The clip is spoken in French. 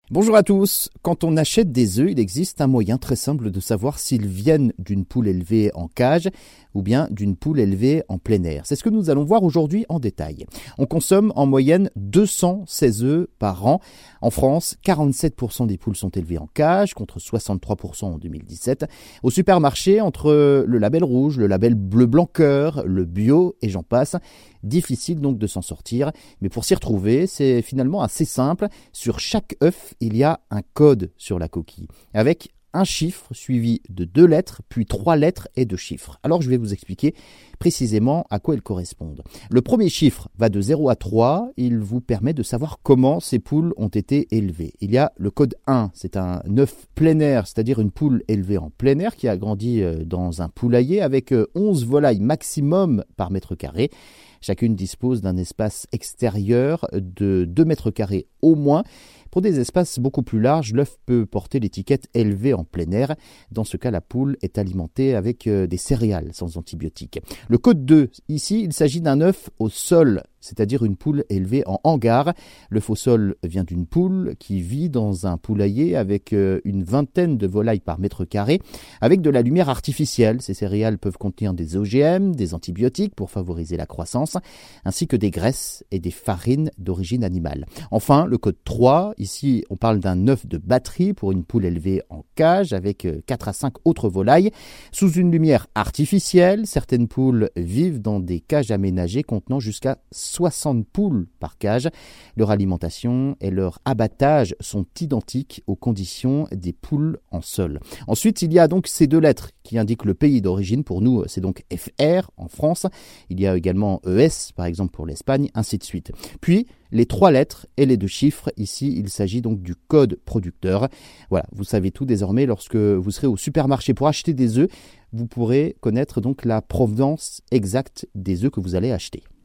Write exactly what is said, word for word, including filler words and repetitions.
Bonjour à tous. Quand on achète des œufs, il existe un moyen très simple de savoir s'ils viennent d'une poule élevée en cage ou bien d'une poule élevée en plein air. C'est ce que nous allons voir aujourd'hui en détail. On consomme en moyenne deux cent seize œufs par an. En France, quarante-sept pour cent des poules sont élevées en cage contre soixante-trois pour cent en deux mille dix-sept. Au supermarché, entre le label rouge, le label bleu blanc cœur, le bio et j'en passe, difficile donc de s'en sortir. Mais pour s'y retrouver, c'est finalement assez simple. Sur chaque œuf, il y a un code sur la coquille, avec un chiffre suivi de deux lettres, puis trois lettres et deux chiffres. Alors je vais vous expliquer précisément à quoi ils correspondent. Le premier chiffre va de zéro à trois, il vous permet de savoir comment ces poules ont été élevées. Il y a le code un, c'est un œuf plein air, c'est-à-dire une poule élevée en plein air qui a grandi dans un poulailler avec onze volailles maximum par mètre carré. Chacune dispose d'un espace extérieur de deux mètres carrés au moins. Pour des espaces beaucoup plus larges, l'œuf peut porter l'étiquette élevé en plein air. Dans ce cas, la poule est alimentée avec des céréales sans antibiotiques. Le code deux, ici, il s'agit d'un œuf au sol, c'est-à-dire une poule élevée en hangar. L'œuf au sol vient d'une poule qui vit dans un poulailler avec une vingtaine de volailles par mètre carré, avec de la lumière artificielle. Ces céréales peuvent contenir des O G M, des antibiotiques pour favoriser la croissance, ainsi que des graisses et des farines d'origine animale. Enfin, le code trois, ici on parle d'un œuf de batterie pour une poule élevée en cage avec quatre à cinq autres volailles. Sous une lumière artificielle, certaines poules vivent dans des cages aménagées contenant jusqu'à soixante poules par cage. Leur alimentation et leur abattage sont identiques aux conditions des poules en sol. Ensuite, il y a donc ces deux lettres qui indiquent le pays d'origine. Pour nous, c'est donc F R en France. Il y a également E S, par exemple pour l'Espagne, ainsi de suite. Puis, les trois lettres et les deux chiffres. Ici, il s'agit donc du code producteur. Voilà, vous savez tout désormais. Lorsque vous serez au supermarché pour acheter des œufs, vous pourrez connaître donc la provenance exacte des œufs que vous allez acheter.